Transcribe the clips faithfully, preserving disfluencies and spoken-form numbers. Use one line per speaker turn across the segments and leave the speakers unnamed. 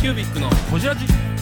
キュービックのホジラジ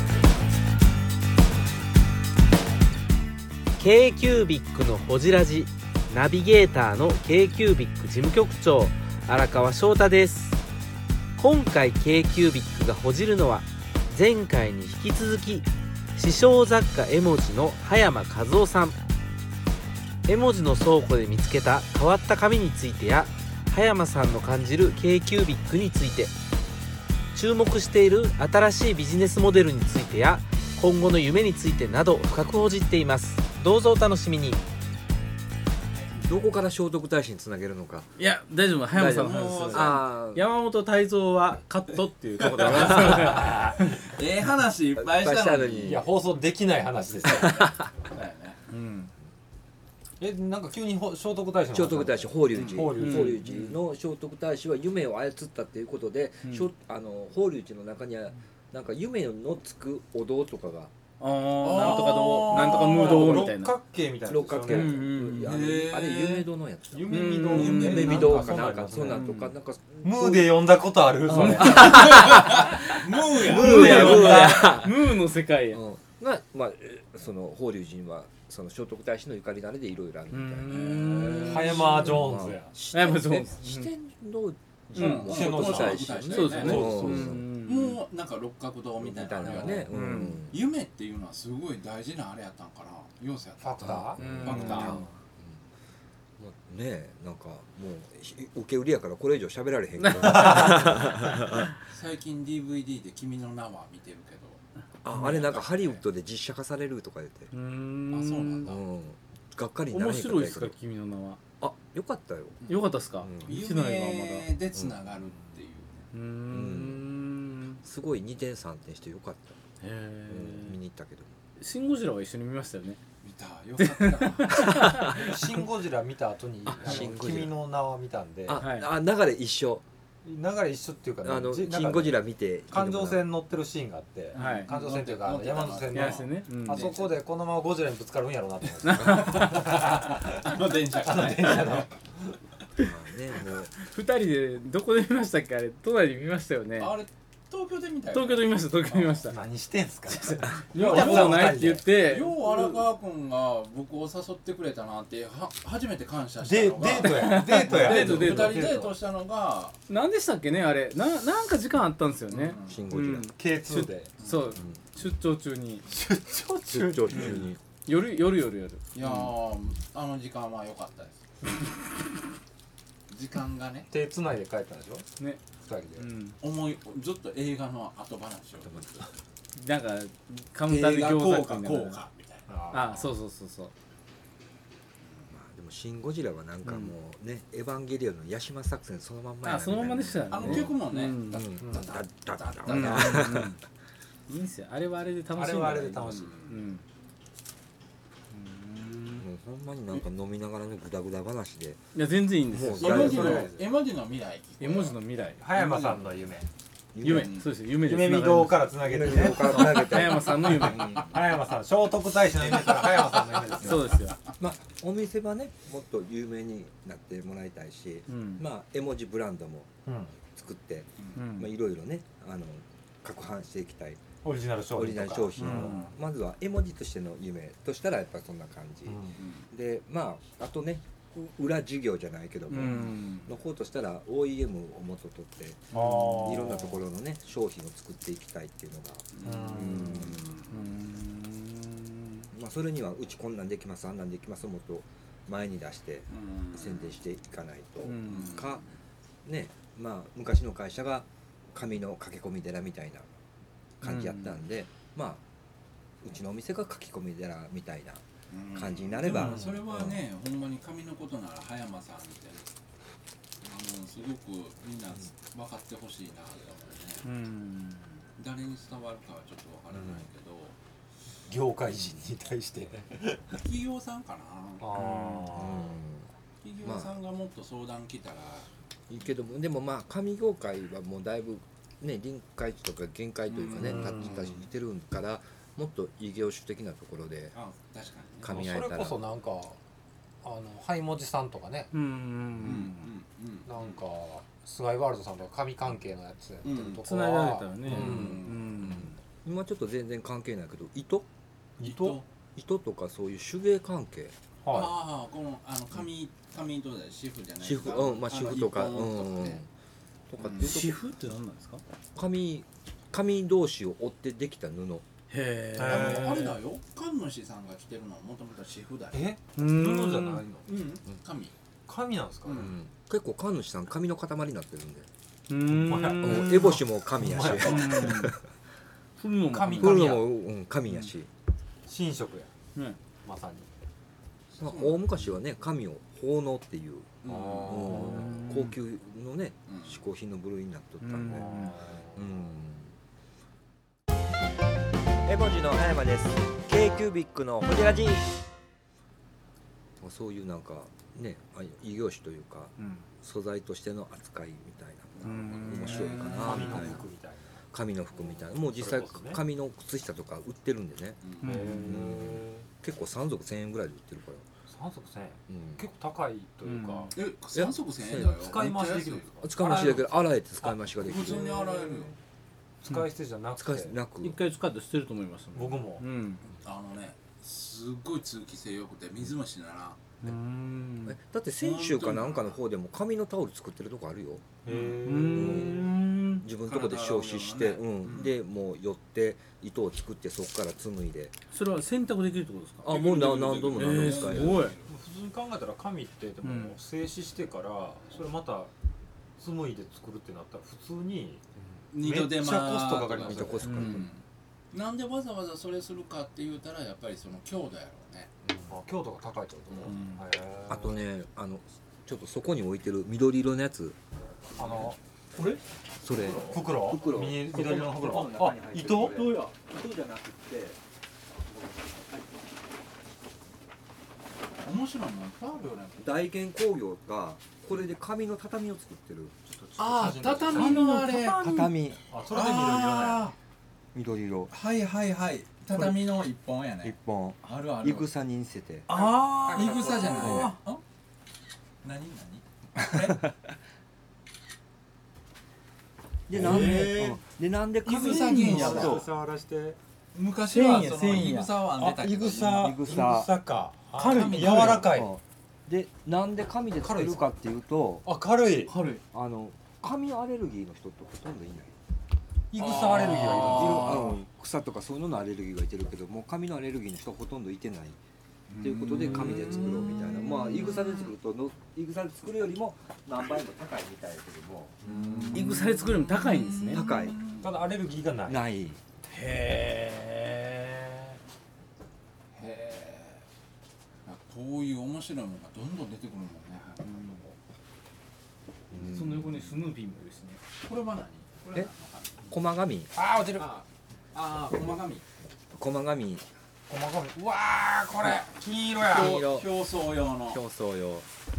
k キュービックのホジラジナビゲーターの k キュービック事務局長荒川翔太です。今回 k キュービックがほじるのは前回に引き続き詩匠雑貨絵文字の葉山和夫さん。絵文字の倉庫で見つけた変わった紙についてや葉山さんの感じる k キュービックについて、注目している新しいビジネスモデルについてや今後の夢についてなど深くほじっています。どうぞお楽しみに。
どこから聖徳太子につなげるのか。
いや大丈夫、葉山さんの話です。
あ
山本泰造はカットっていうところでありますので
ええ話いっぱいしたのに。
いや放送できない話ですよ
だよね。
うん、
えなんか急にほ聖徳太子の
聖徳太子法隆寺、
法
法
隆寺
隆寺の聖徳太子は夢を操ったっていうことで、
うん
しょあの法隆寺の中にはなんか夢のつくお堂とかが
あーなんとかどうなんとかムードみたいな。
六角形みたいな
六角形、
うんうん
あれ
へー
あれ夢堂のやつだ。
夢見堂
うん
夢見堂かなんかそんなん
ん
とかなんか
ムーで読んだことあるそれ
ムーや。
ムーやムーや
ムーの世界や。
うんがまあえその法隆寺にはその聖徳太子のゆかりのあれでいろいろあるみたいな。
葉山ジョーンズや
四
葉山ジョーン
天
ズ
四天王
うん
寺は聖徳太子やね。
そうですよね。
そうそうそう
うん
もうなんか六角堂みたいなのがね。
う
うんん
夢っていうのはすごい大事なあれやったんかな。要素やったんかな。
ファクター
うん
ファクター。
もうねえなんかもうひ受け売りやからこれ以上喋られへんけど
最近 ディーブイディー で君の名は見てるけど。
ああれなんかハリウッドで実写化されるとか言って、
うーん
あそうなんだ
うん、がっかりになら
面
へんかったけど
白いですか君の名は。
あよかったよ。
よかったですか。
うん
見てないわまだ。
夢でつながるっていう。
うーん。
すごいにてんさんてんしてよかった、
へ
うん、見に
え。
行ったけど
シンゴジラは一緒に見ましたよね。
見たよかった。
シン・ゴジラ見た後にあの
シンゴジラ
君の名は見たんで
あ、
はい
あ流れ一緒
流れ一緒っていうかね
あの
じ
シン・ゴジラ見て
環状線乗ってるシーンがあって、
はい
環状線っていうかあの山手線の
いやですよね。うん
あそこでこのままゴジラにぶつかるんやろうなと思って
あの電車がね。
まあねもう
二人でどこで見ましたっけあれ。都内で見ましたよね。
あれ東京で見たよ。
東京で見ました東京で見ました。
何してんすか
見たことないって言って。
よう荒川君が僕を誘ってくれたなっては初めて感謝した
デ
のが
デートやデートや
デートデート
ふたりデートしたのが
何でしたっけねあれ。ななんか時間あったんですよね。
うん
シン・ゴジラ、
うん
ケーツー で
そう出張中に
出張
出張中に
夜夜夜夜。
いやーあの時間は良かったです時間がね
手つないで帰ったんでしょ
ね。
ふたりで、
うん。
思いずっと映画の後話を
なんかカウンターで
映画
餃子
こうかこう
食いながら。
かみたい
ああそうそうそうそう。
まあでもシン・ゴジラはなんかもうね、エヴァンゲリオンのヤシマ作戦そのまんまやな
あそのままでしたよね。
なあの曲もね
うん
ダ
うん
ダダ
ダダダダ
うん
ダ
いいんすよあれはあれで楽しいんだよ。
あれはあれで楽しい
うん
もうほんまになんか飲みながらのグダグダ話で
いや全然いいんですよ。
もう
絵文字の
大丈夫
絵文字の未来
絵文字の未来。
葉山さんの夢
夢
うん
そうですよ夢です。
夢見堂からつなげてね
からつなげて
葉山さんの夢。
葉山さん聖徳太子の夢から葉山さんの夢ですよ
そうですよ。
まあお店はねもっと有名になってもらいたいし、
うん
まあ絵文字ブランドも
うん
作って、
うん
まあいろいろねあの拡販していきたい
オリジナル商
オリジナ
品とか
ル商品を、
うん
まずは絵文字としての夢としたらやっぱそんな感じ、
うん
でまああとねう裏事業じゃないけど
う
も、
ん
の方としたら オーイーエム を元取って
あー
いろんなところのね商品を作っていきたいっていうのが、
うん
うん
まあ、それにはうちこんなんできますあんなんできますをもっと前に出して
うん
宣伝していかないと、
うん
かねまあ昔の会社が紙の駆け込み寺みたいな感じやったんで、まあうちのお店が書き込み寺みたいな感じになれば
でもそれはね、ほんまに紙のことなら葉山さんってあのすごくみんな分かってほしいなって思うね、
うん
誰に伝わるかはちょっと分からないけど、
業界人に対して
企業さんかな
あ
企業さんがもっと相談来たら、
いいけどもでもまあ紙業界はもうだいぶね臨界値とか限界というかね
うん
立ち出してるからもっと異業種的なところで
あ確かにね
噛み合えたら
それこそなんかあのハイモジさんとかね
うんうん
うんうん
なんかスワイワールドさんとか紙関係のやつやってるとこ
つながれたらね
うん
今ちょっと全然関係ないけど糸
糸
糸とかそういう手芸関係
は
ああこのあの紙紙糸でシフじゃない
シフうんまあシフとか
あの一本
うん
とかね
とかっていうと
シフって何なんですか？
紙紙同士を折ってできた布
へ
あ
へ
のあれだよ神主さんが着てるのはもともとシフだよ
え
布
布じゃないの
うん紙
紙なんですか、
うん
うん結構神主さん紙の塊になってるんで
うん
ほんまや
うん烏帽子も紙やし
ほんまや
振るのも
紙
振るのもうん紙やし
神職や
ね
まさに
まあ大昔はね紙を奉納っていう
うん
あ
うん高級のね
うん
嗜好品の部類になっとったんで
うん
エボジの葉山です k キュービックのホジラジそういうなんかねあ異業種というか
うん
素材としての扱いみたいな
うん
面白いかな
紙の
みたいな
服みたい
紙の服みたいなもう実際
それこそね
紙の靴下とか売ってるんでね
うん
な、
うん
へ
結構さん足せんえんぐらいで売ってるから、
えさん足せんえん
うん
結構高いというか、
え三足千円だよ
使い回しできるんですか
使い回しだけど洗えて使い回しができ
普通
る
に洗えるよ
使い捨てじゃなくて、
使いなく
一回使って捨てると思います
僕も
うん
あのねすっごい通気性良くて水虫なら
うん
えだって先週かなんかの方でも紙のタオル作ってるとこあるよ
へ
う
え
ん
自分のとこで消費して、
体を洗うようなね
うん、でもう寄って糸を作ってそこから紡いで
それは選択できるってことですか？
あもうな何度も何度も使える、
えーすごい
普通に考えたら紙ってでも
うん
静止してからそれまた紡いで作るってなったら普通に
二度手間
めっちゃコストかかります
めっちゃコストかかる
うん
なんでわざわざそれするかって言うたらやっぱりその強度やろうね
あ強度が高いってことも、
うん
へえ
あとねあのちょっとそこに置いてる緑色のやつ
あの
これ？
それ
袋
袋
み緑色の袋
ここの
あ
中に入ってる
糸
これ
や糸じゃなくて
面白いもんいっぱいあるよね
大元工業がこれで紙の畳を作ってる
ああ畳のあれ
畳
あそれで緑色ね
あ
緑色
ーはいはいはい畳の一本や
一
ね
本
あるある
いぐさに似せて
あ
いぐさじゃない
あ
あ何何
でなんで、
へー
うんでなんで紙
いぐさ原野だ
そう
触らして
昔はその
繊維や
いぐさを編んでたけど
いぐさ
いぐさ
いぐさかあ
軽い
紙柔らかい
うんでなんで紙で作るかっていうと
あ軽い
軽い
あの紙アレルギーの人ってほとんどいない
いぐさアレルギーがいるんです
色
よ
あの草とかそういうののアレルギーがいてるけどもう紙のアレルギーの人はほとんどいてないっていうことで紙で作ろうみたいなまあいぐさで作るとのいぐさで作るよりも何倍も高いみたいだけども
いぐさで作るよりも高いんですね。
高い
ただアレルギーがない
ない
へえ。
へえこういう面白いものがどんどん出てくるもんね
うん
その横にスヌーピーもいるしね。
これは何これは
駒紙
あー落ちる
ああー細紙
駒紙
細かいうわーこれ金色や
金色
表層用の
競争用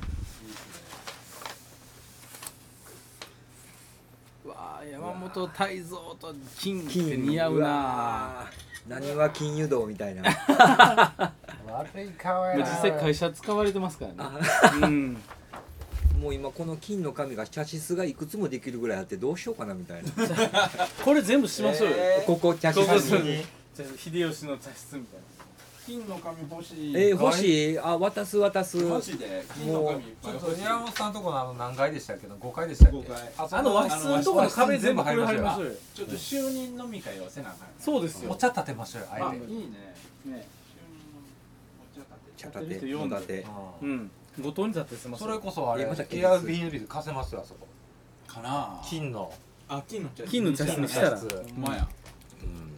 うわあ山本泰造と金って
金
似合うな。
わー何は金油道みたいな
悪い顔やな
まあ実際会社使われてますからね。
あ
うん。
もう今この金の紙が茶室がいくつもできるぐらいあってどうしようかなみたいな
これ全部しましょうよ。
えー
ここ茶室
ここそう
に
秀吉の茶室みたいな。
金の紙欲しい
えー、欲しいあ渡す渡す
マジで金の紙いっ
ちょっ
ぱい欲しい
と宮本さんとこのあの何階でしたっけどごかいでしたっけ
ごかい
あ
あの和室のところの壁全部これ貼りましょうよ。
ちょっと就任飲み会をせなあかん
そうですよ。
お茶立てましょうよあ
あいいね
えて
ね。
就任のお茶立て
茶立て
立てる人
野立て
う
うんん。ごとに立ってすます。
それこそあれ
いやまた
エアビーで貸せますよあそこ
かな
金の
あ金の茶
金の茶室にしたら。
茶室
ほんまや
うん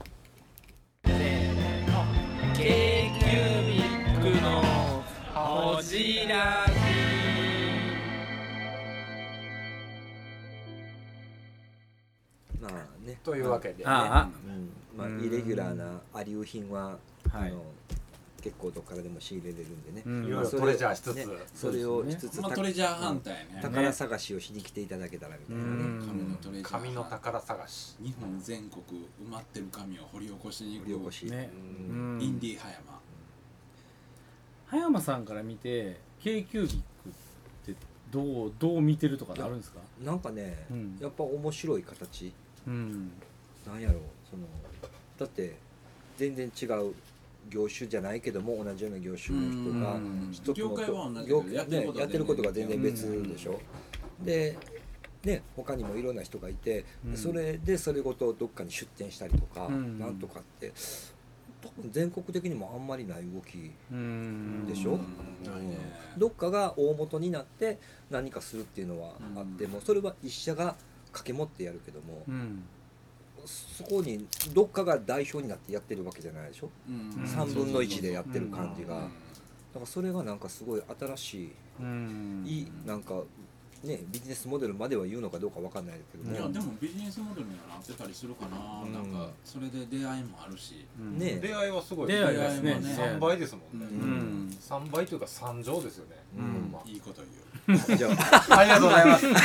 まあね
というわけでね
あ
うんまあ
うん
イレギュラーなアリュー品は、
はい
あの結構どっからでも仕入れれるんでね、
うん
いろいろ
それ
トレジャーしつつ
ねそれをしつつ、
まあトレジャーハンターやね
宝探しをしに来ていただけたらみたいなね、
うん
紙のトレジャー
紙の宝探し
日本全国埋まってる紙を掘り起こしに行く
掘り起こし、
ね
うん
うん
インディー葉山
葉山さんから見て k キュービックってどうどう見てるとかあるんですか？
なんかね、
うん
やっぱ面白い形
うん
なんやろうそのだって全然違う業種じゃないけども同じような業種の人が
うん
一つの
業界は同じけ
業
どやってることは
ねやってることが全然別
うん
でしょ、でね他にもいろんな人がいて、
うん
それでそれごとどっかに出店したりとか、
うん
なんとかって多分全国的にもあんまりない動き
うん
でしょ、
うんないね
どっかが大元になって何かするっていうのはあっても、それは一社が掛け持ってやるけども、
うん
そこにどっかが代表になってやってるわけじゃないでしょ、
うん
さんぶんのいちでやってる感じが、
うん
だからそれがなんかすごい新し
うん
い、いいなんかねビジネスモデルまでは言うのかどうかわかんないけども、
いやでもビジネスモデルにはなってたりするかな、
うん
なんかそれで出会いもあるし、
うん
ね
出会いはすごい
出会いですね
出会いはね
さんばいですもんね、
うん
さんばいというかさん乗ですよね、
うん
ほんま
いいこと言う
じゃあ
ありがとうございます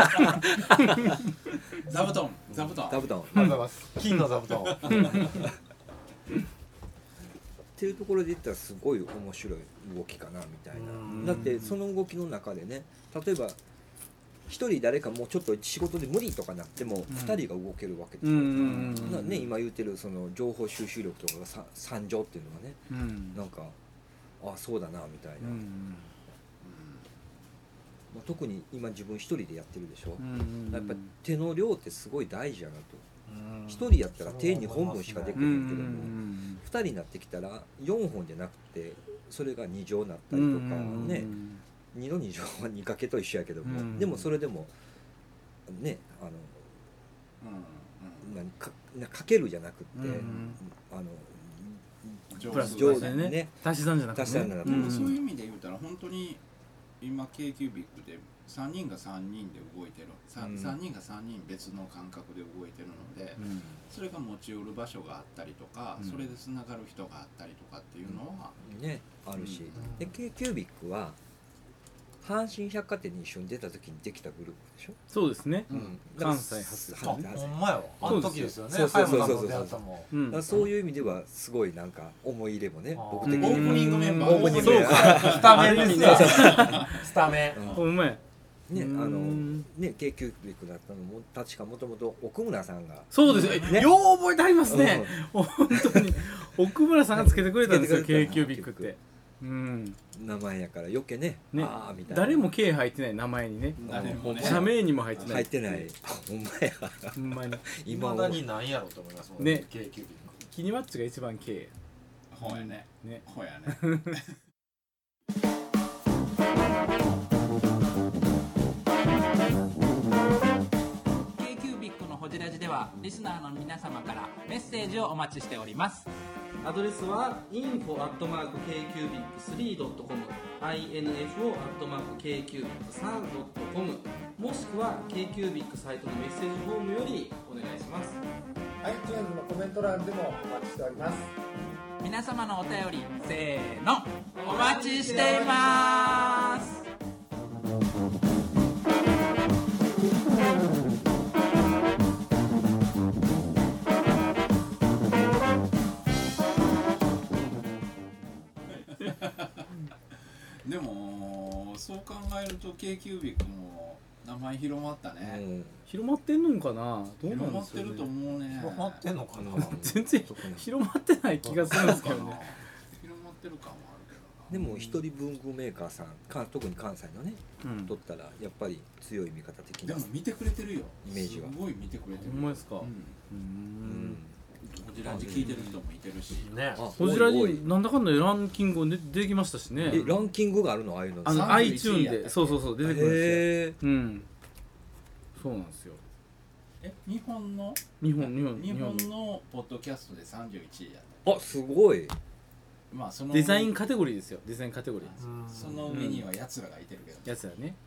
座布団座布団
座布団
ありがとうございます金の座布団
っていうところで言ったらすごい面白い動きかなみたい
うん
な。だってその動きの中でね、例えば一人誰かもうちょっと仕事で無理とかなっても二人が動けるわけですよ、
うん
なね、今言ってるその情報収集力とかがさ参上っていうのがね、
うん
なんかあそうだなみたいな、
うん
まあ、特に今自分一人でやってるでしょ、
うん
やっぱ手の量ってすごい大事やなと。
うん
一人やったら手にほんぶんしかでき
う
へんけども、
ん
二人になってきたらよんほんじゃなくてそれがに乗になったりとかね、にのに乗はにかけと一緒やけども、
うん
でもそれでもねあの
うん
何かなかけるじゃなくって、
うん
あの
上
プラス
上
プラスでね
ね
足し算じゃなくて
足し算じゃなくて
うん
でもそういう意味で言うたら本当に今 K キュービックでさんにんがさんにんで動いてる 3,
うん
さんにんがさんにん別の感覚で動いてるので、
うん
それが持ち寄る場所があったりとか、
うん
それでつながる人があったりとかっていうのは、
ねあるし、
うん
で K キュービックは阪神百貨店に一緒に出た時にできたグループでしょ、
そうですね
うん
関西初
あほんまやわあの時ですよね
そうそうそうそう
葉山さんの出会ったのも
うん
だからそういう意味ではすごいなんか思い入れもね
あー
僕的に
オープニングメンバー
オープニング
そう
メンバー
スタメンですよスタメン
うん
ほんまや
ね、あの
うん
ね K キュービックだったのも確かもともと奥村さんが
そうですよ、
ね
よう覚えてありますね、本当に奥村さんがつけてくれたんですよ
つけて
K
くれた
キュービックってうん
名前やから余計ね
ね
ああみたいな
誰も K 入ってない名前にね
誰もね
社名にも入ってない
入ってないほんまや
ほんまに
い
今
まだになんやろうと思いますもん
ね
K キュービック
キニマッチが一番 K
ほやね
ね
ほやね
のほじラジではリスナーの皆様からメッセージをお待ちしております。
アドレスは インフォ アットマーク ケーキュービックスリー ドットコム インフォ アットマーク ケーキュービックスリー ドットコム もしくは K キュービックサイトのメッセージフォームよりお願いします。
iTunes のコメント欄でもお待ちしております。
皆様のお便りせーのお待ちしています。
でもそう考えると K キュービックも名前広まったね、
うん
広まってんのかなどうな
広ま
んですよね
ってると思うね
広まってんのかな
全然広まってない気がするんですけどね
広まってる感もあるけどな
でも一人文具メーカーさんか特に関西のね
うん
取ったらやっぱり強い味方的な
でも見てくれてるよ
イメージは
すごい見てくれてる
ほんまですか
うん
う
うんん
こちらに聞いてる人もいてるし、
ね
あ
こちら
多い多い
になんだかんだランキングで出てきましたしね
えランキングがあるのああいうの
あの
さんじゅういちい
iTunes
やったっけ
でそうそうそう出てくるんですよ
へえ
うんそうなんですよ
え日本の
日本日本
日本
日
のポッドキャストでさんじゅういちいやった
あすごい
まあその
デザインカテゴリーですよデザインカテゴリー
うん
その上にはやつらがいてるけど、
やつらね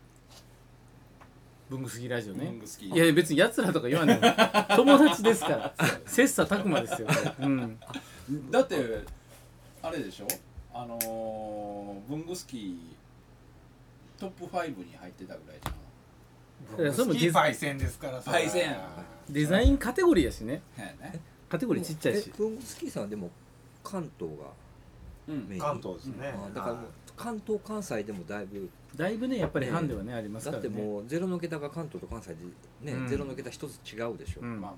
文具好きラジオね
文具好き
いや別にやつらとか言わない友達ですから切磋琢磨ですよ、うん、
だってあれでしょあのー、文具好きトップファイブに入ってたぐらいじゃん
いやそれもデザ
好きパイセンですから
パイセン
デザインカテゴリーやしね
はいね
カテゴリーちっちゃいし
え文具スキーさんはでも関東が
うん
メイン
関東ですね
あだからもう関東関西でもだいぶ
だいぶねやっぱりハンデはねあります
だ
からね
ってもうゼロの桁が関東と関西でね、
うん
ゼロの桁一つ違うでしょ、
うん
まあまあまあま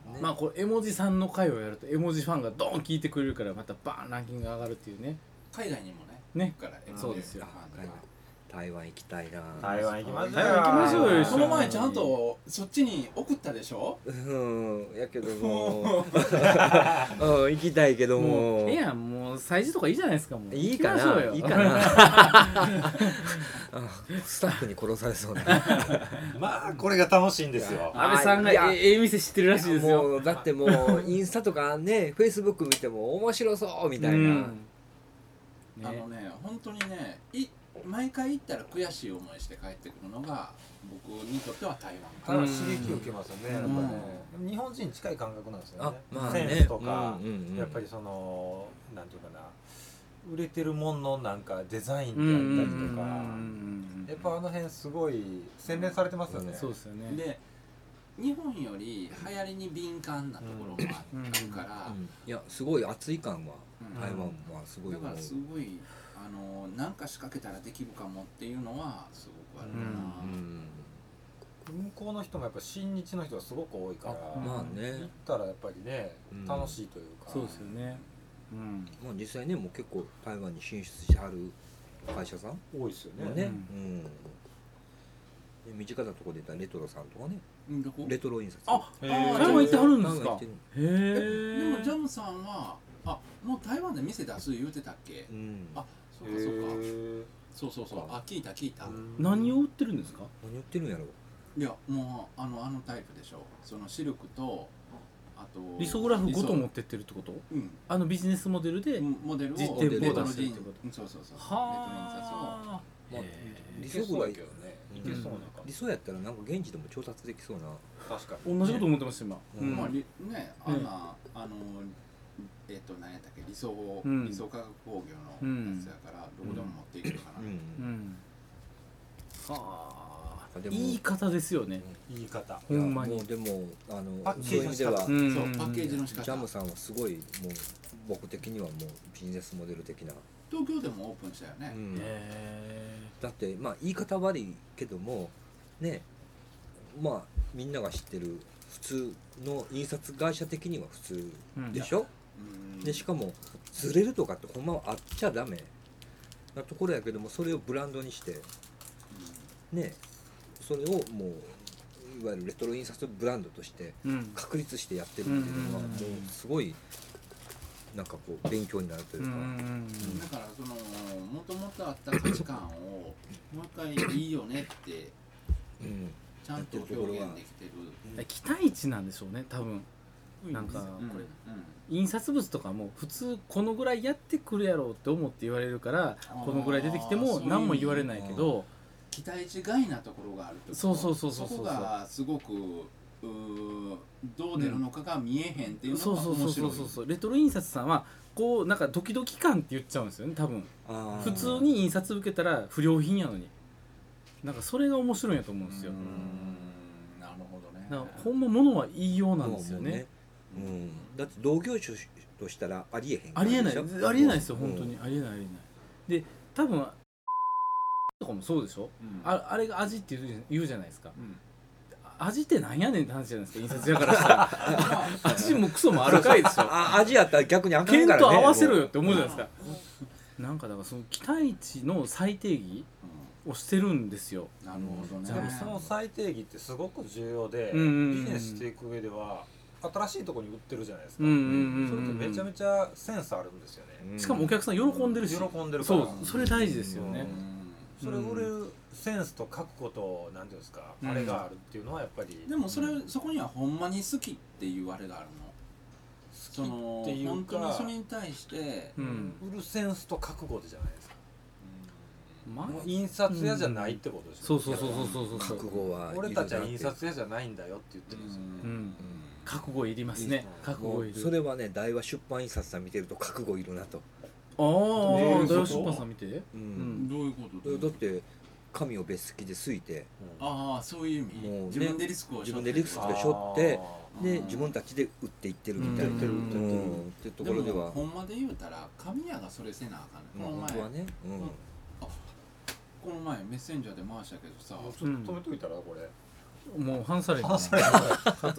まあこれ絵文字さんの回をやると絵文字ファンがドーン聞いてくれるからまたバーンランキングが上がるっていうね。
海外にもね
ね
行くから
そうですよ。
台湾行きたいな。
台湾行きましょうよ。
台湾行きましょうよ
この前ちゃんとそっちに送ったでしょ。
うんやけどもうん行きたいけど
も
も
うええやんもう催事とかいいじゃないですかもう。
いいか
行きましょうよ
ないいかなあスタッフに殺されそうな
まあこれが楽しいんですよ。
安倍さんが
いや
えええ店知ってるらしいですよ。
もうだってもうインスタとかねフェイスブック見ても面白そうみたいな、
うん
あのね本当にねい毎回行ったら悔しい思いして帰ってくるのが僕にとっては台湾
ただ刺激を受けますよね、やっぱね、日本人に近い感覚なんですよね。
あまあね
センスとか、
うんうんうん
やっぱりそのなんていうかな、売れてるもののなんかデザイン
うん
であったりとか、
うん
やっぱあの辺すごい洗練されてますよね。
そうですよね。
で日本より流行りに敏感なところがあるから、
うんいやすごい熱い感は
うん
台湾はすごい思う
だからすごいあのなんか仕掛けたらできるかもっていうのはすごくあるかな、
うん
向こうの人もやっぱ親日の人がすごく多いから、
あ
まあね
行ったらやっぱりね、
うん
楽しいというか。
そうですよね。うん。
まあ実際ねもう結構台湾に進出してはる会社さん
多いですよね。
もね、
う
うんで身近なところで言ったらレトロさんとかね
うんどこ
レトロ印刷
あ、
へー
台湾行ってはるんですか
台湾行って。る
へえ。
でもジャムさんはあもう台湾で店出す言うてたっけ、
うん
あそうかそうか
へ
そうそうそうあ聞いた聞いた、
ー
何を売ってるんですか。
何言ってるんやろ
いやもうあのあのタイプでしょそのシルクとあと
リソグラフごと持
も
ってってるってこと。
うん
あのビジネスモデルで。
モデルを
実
店舗
レトロ
出してる
ジン
ってこと
うんそうそうそう
はあ。
まあ
へ
理
いけ
想ぐらい
そうやけどね。いけそうな感
理
じ。
想やったらなんか現地でも調達できそうな
確か
ー同じこと思ってました今。
うん
まありねあんな、あのえっ、と何やったっけ理想、
うん
理想化学工業のやつやから、どこでも持っていけるかな、
うん
うん。はあ。
でも
言い方ですよね。
言い方。
ほんまに
いやもうでもあの
パッケージ
そういう意味では
の仕方
うん
そうパッケージの仕方
ジャムさんはすごいもう僕的にはもうビジネスモデル的な、
東京でもオープンしたよね、
うん
へ
だってまあ言い方悪いけどもねまあみんなが知ってる普通の印刷会社的には普通でしょ、
うん
でしかもずれるとかってほんまはあっちゃダメなところやけどもそれをブランドにしてねそれをもういわゆるレトロ印刷ブランドとして
え。うん。
確立してやってるっていうのは
うん
もうすごいなんかこう勉強になるというか、
だからそのもともとあった価値観をもう一回いいよねって
うん
ちゃんと表現できてる
期待値なんでしょうね多分。なんか
うん
これ
うん
印刷物とかも普通このぐらいやってくるやろうって思って言われるから
あー
このぐらい出てきても何も言われないけど
期待値外なところがあるってこと
そうそうそうそうそう
そこがすごくうーどう出るのかが見えへんっていうのが
そうそうそうそ
面白い
うそうそうレトロ印刷さんはこうなんかドキドキ感って言っちゃうんですよね多分
あー
普通に印刷受けたら不良品やのになんかそれが面白いんやと思うんですよ
うーんなるほどね
だからほんま物は言いようなんですよね
もうもうねうん、だって同業種としたらありえへん
ありえない
でしょ
ありえないですよ
うん
本当にありえないありえないで多分とかもそうでしょ
うん
ああれが味って言うじゃ言うじゃないですか
うん
味ってなんやねんって話じゃないですか印刷屋からしたら味もクソもあるかいでしょ
あ味やったら逆にあかん
剣
からね
と合わせろよって思うじゃないですかなんかだからその期待値の再定義をしてるんですよ
なるほどね
でもその再定義ってすごく重要で、
うんうんうん
ビジネスしていく上では新しいところに売ってるじゃないですか、
うんうんうんうん
それってめちゃめちゃセンスあるんですよね、
うん
しかもお客さん喜んでるし
喜んでるか
そ
ら
うそれ大事ですよね
それ売れるセンスと覚悟と何ていうんですか、
うん
あれがあるっていうのはやっぱり
でもそれそこにはほんまに好きっていうあれがあるのその
っていうか
本当にそれに対して
うん
売るセンスと覚悟でじゃないですか、
まあ
もう印刷屋じゃないってことですよ、
そうそうそうそうそうそう
覚悟はいるなって
俺たちは印刷屋じゃないんだよって言ってるんですよ、
うん覚悟いりますね覚悟
も
いうる
それはね大和出版印刷さん見てると覚悟いるなと、
ああ
えー
大和出版さん見て
う
うんん
どういうこと
だって紙を別付きですいて
ああそういう意味、
もうね
自分でリスクを
自
背負って
分でリスクで背負って
あー
で自分たちで売っていってるみたいな、
うん売ってる売ってる
うんっていうところでは
もほんまで言うたら紙屋がそれせなあかんね、
まあ
この前
本当はね、
この前メッセンジャーで回したけどさ
ちょっと止めといたらこれ、
もう反される
話される
カットす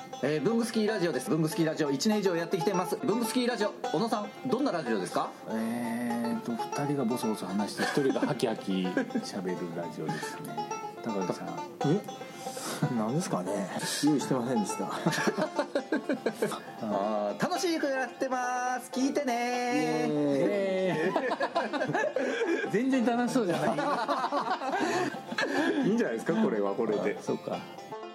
えー、ブングスキーラジオです。ブングスキーラジオいちねん以上やってきてます。ブングスキーラジオ、小野さん、どんなラジオですか？
えーとふたりがボソボソ話してひとりがハキハキ喋るラジオですね。高木さん、えなんですかね、用意してませんでした
あー楽しくやってます。聞いてねー
全然楽しそうじゃないいいんじゃないですか、これはこれで。そうか。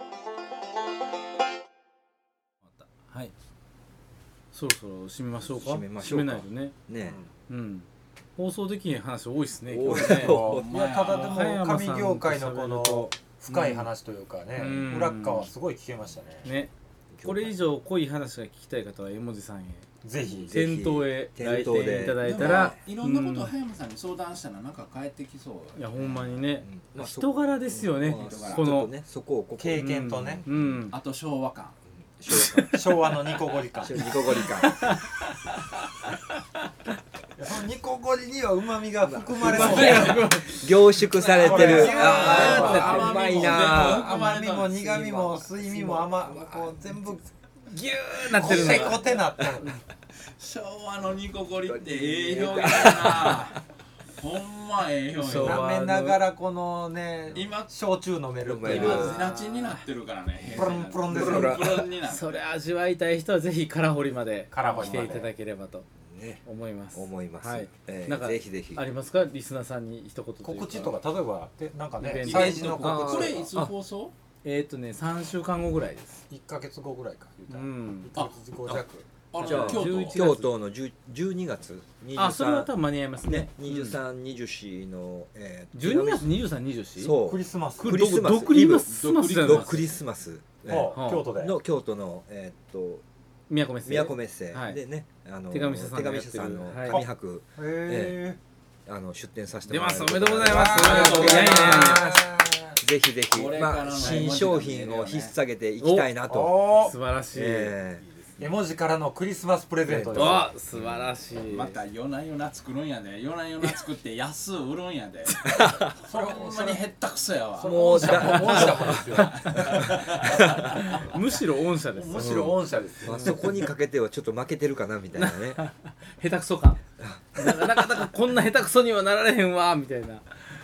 はい、そろそろ締めましょうか。
締めましょうか
締めないとね。
ね
うん、放送できない話多いですね。
多い
今日ね
いやただでも
葉山さん
紙業界のこの
と
深い話というかね、
うん
裏側すごい聞けましたね。
ね、これ以上濃い話が聞きたい方は絵文字さんへ
ぜひ
店頭へ来
店頭で
店いただいたら、
いろんなことを葉山さんに相談したらなんか返ってきそう。
いやほんまにね、
うんまあ
人柄ですよね、
まあ
人柄
この
ちょっとねそこをここ
経験とね、
うん、うん
あと昭和感。
昭和のニコゴリ感。
ニコゴリ感
そのニコゴリには旨味が含まれそう。
凝縮されてる。
あ
あーうまいな。
甘みも苦みも酸味も甘こう全部
ギューなってるの
コテコテなってる。
昭和のニコゴリってええ表現だな。ほんまええ表現。
舐めながらこのね
今
焼酎飲めるっていう
今ゼラチンになってるからね。
プロンプロンです
プ
よ
ロンプロンになってる。
それ味わいたい人はぜひ空堀まで
空堀まで
来ていただければと
ね
思います。
思います。
はい、
えー
なんか
ぜひぜひ
ありますか、リスナーさんに一言というか
告知とか例えばでなんか
イベント
ね催事の告知
これいつ放送？
えーっとねさんしゅうかんごぐらいです。
いっかげつごぐらいか言うたら
うん
いっかげつご弱。
あの
じゃあ
京
じゅういち
都。
京都のじゅうじゅうにがつにじゅうさん
あ、それは多分間に合いますね
ね。にじゅうさん、にじゅうよんのえー
じゅうにがつにじゅうさん、にじゅうよん
そう
クリスマス。
クリスマス
ドクリマスマスじゃない
ドクリスマスえー
あ京都で。
の京都のえーっと
宮古メッセ
宮古メッセ
はい
でねあの
手紙社さん
手
がやってる
紙社さんの
はい
紙博
へ
あの出展させて
出
もらえる
ますおめでとうございます。
ありがとうございます
ややや
ぜひぜひ
これからの
まあ新商品を引っ提げていきたいな
え。
と
お
素晴らしい。
え
絵文字からのクリスマスプレゼントです。
わ、素晴らしい。
また夜な夜な作るんやで。夜な夜な作って安売るんやで。それほんまにへったくそやわ。
ーもうだ
御社もですよ。
むしろ御社です。
むしろ御社ですよ
まあ。そこにかけてはちょっと負けてるかなみたいなね
下手くそ感。なかなかなかこんな下手くそにはなられへんわみたいな。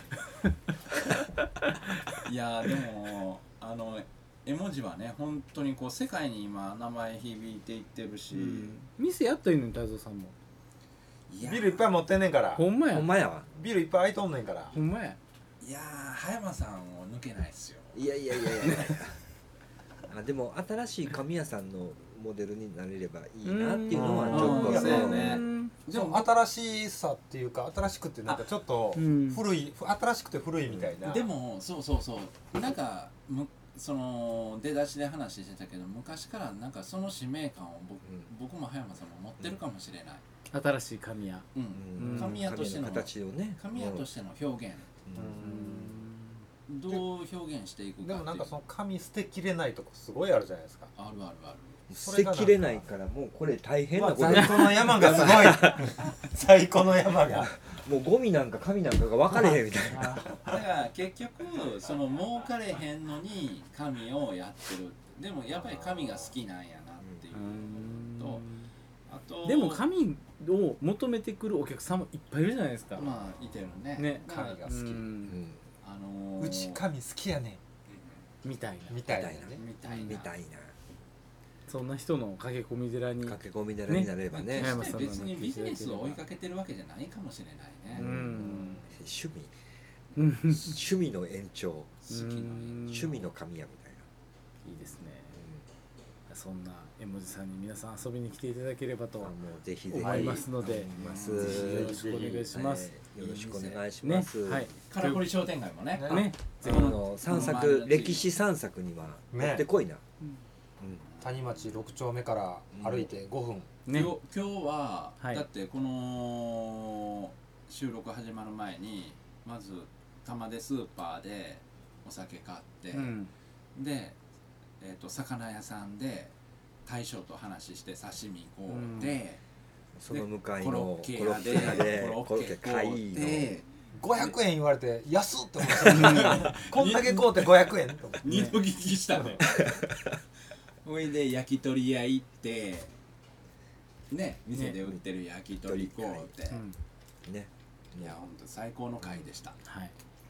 いやでもあの絵文字はね本当にこう世界に今名前響いていってるし、
店やったらいいのに太蔵さんも。
いや
ビールいっぱい持ってんねんから。
ほんまや。
ほんまやわ
ビールいっぱい空いとんねんから。
ほんまや。
いやー葉山さんを抜けないっすよ。
いやいやいやいやいやあでも新しい紙屋さんのモデルになれればいいなっていうのはちょっと
うんそうや
ね
ね
でも新しさっていうか新しくてなんかちょっと
うん
古い新しくて古いみたいな。
でもそうそうそうなんかむその出だしで話してたけど昔からなんかその使命感を僕,、僕も葉山さんも持ってるかもしれない、
新しい紙屋。
うん
うん
紙屋としての
紙の形をね
紙屋としての表現、
うん
どう表現していくかっていう
でもなんかその紙捨てきれないとこすごいあるじゃないですか。
あるあるある
捨てきれないからもうこれ大変なこと
在庫の山がすごい在庫の山が
もうゴミなんか紙なんかが分かれへんみたいな
だから結局その儲かれへんのに紙をやってるでもやっぱり紙が好きなんやなっていうとあと
でも紙を求めてくるお客さんもいっぱいいるじゃないですか。
まあいてるね
ね
だから
紙が好き
うん
あのー、
うち紙好きやね
みたいな。
みたいなね。
みたいな
みたい
そんな人の駆け込み寺に。
な駆け込み寺になればね
ね
決して別にビジネスを追いかけてるわけじゃないかもしれないね、
うん。
趣味
うん
趣味の延長
好きな
趣味の神谷みたい
いいですね。そんな絵文字さんに皆さん遊びに来ていただければと
なあもうぜひぜひ
思いますので、
思います
ぜひよろしくお願いします。
はいよろしくお願いし
ね
ます、
はい。
からこり商店街もね
ね。
あの散策歴史散策には
ね
持ってこいな、
谷町ろく丁目から歩いてごふん。
ね。
今日今日は、
はい
だってこの収録始まる前にまず玉出スーパーでお酒買って、
うん。
で、えー、と魚屋さんで大将と話して刺身こう
うん
で、
その向かい
コロ
の
ッケ
コロッケ
屋で
屋で
コ
コロッケ
ロッケ買
買いの
い
ごひゃくえん言われて安っって思ってこんだけ買うてごひゃくえんと思って
二度聞きしたねほいで焼き鳥屋行ってね店で売ってる焼き鳥買うて、
うん
ね
いやほんと最高の会でした、
はい、
は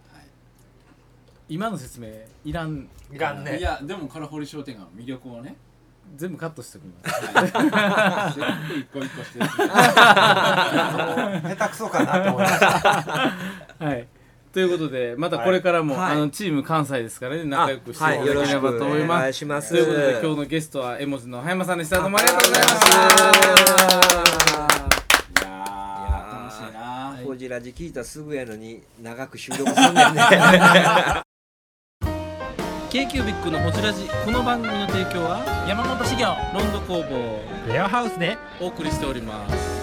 今の説明いらん
いらんね
いやでも唐堀商店街の魅力をね
全部カットしておきます。
はい全部一個一個してる
下手くそかなと思いました
はいということでまたこれからも、
はい
あのチーム関西ですからね仲良くしていただけ
はいよろしく
ればと思い
お
ます。
願いします
ということで今日のゲストは絵文字の葉山さんでした。どうもありがとうございました。
いやー楽しいな
コジラジ聞いたすぐやのに長く収録すんねんね
k q b i c のほじラジ、この番組の提供は
山本修行
ロンド工房
レアハウスで
お送りしております。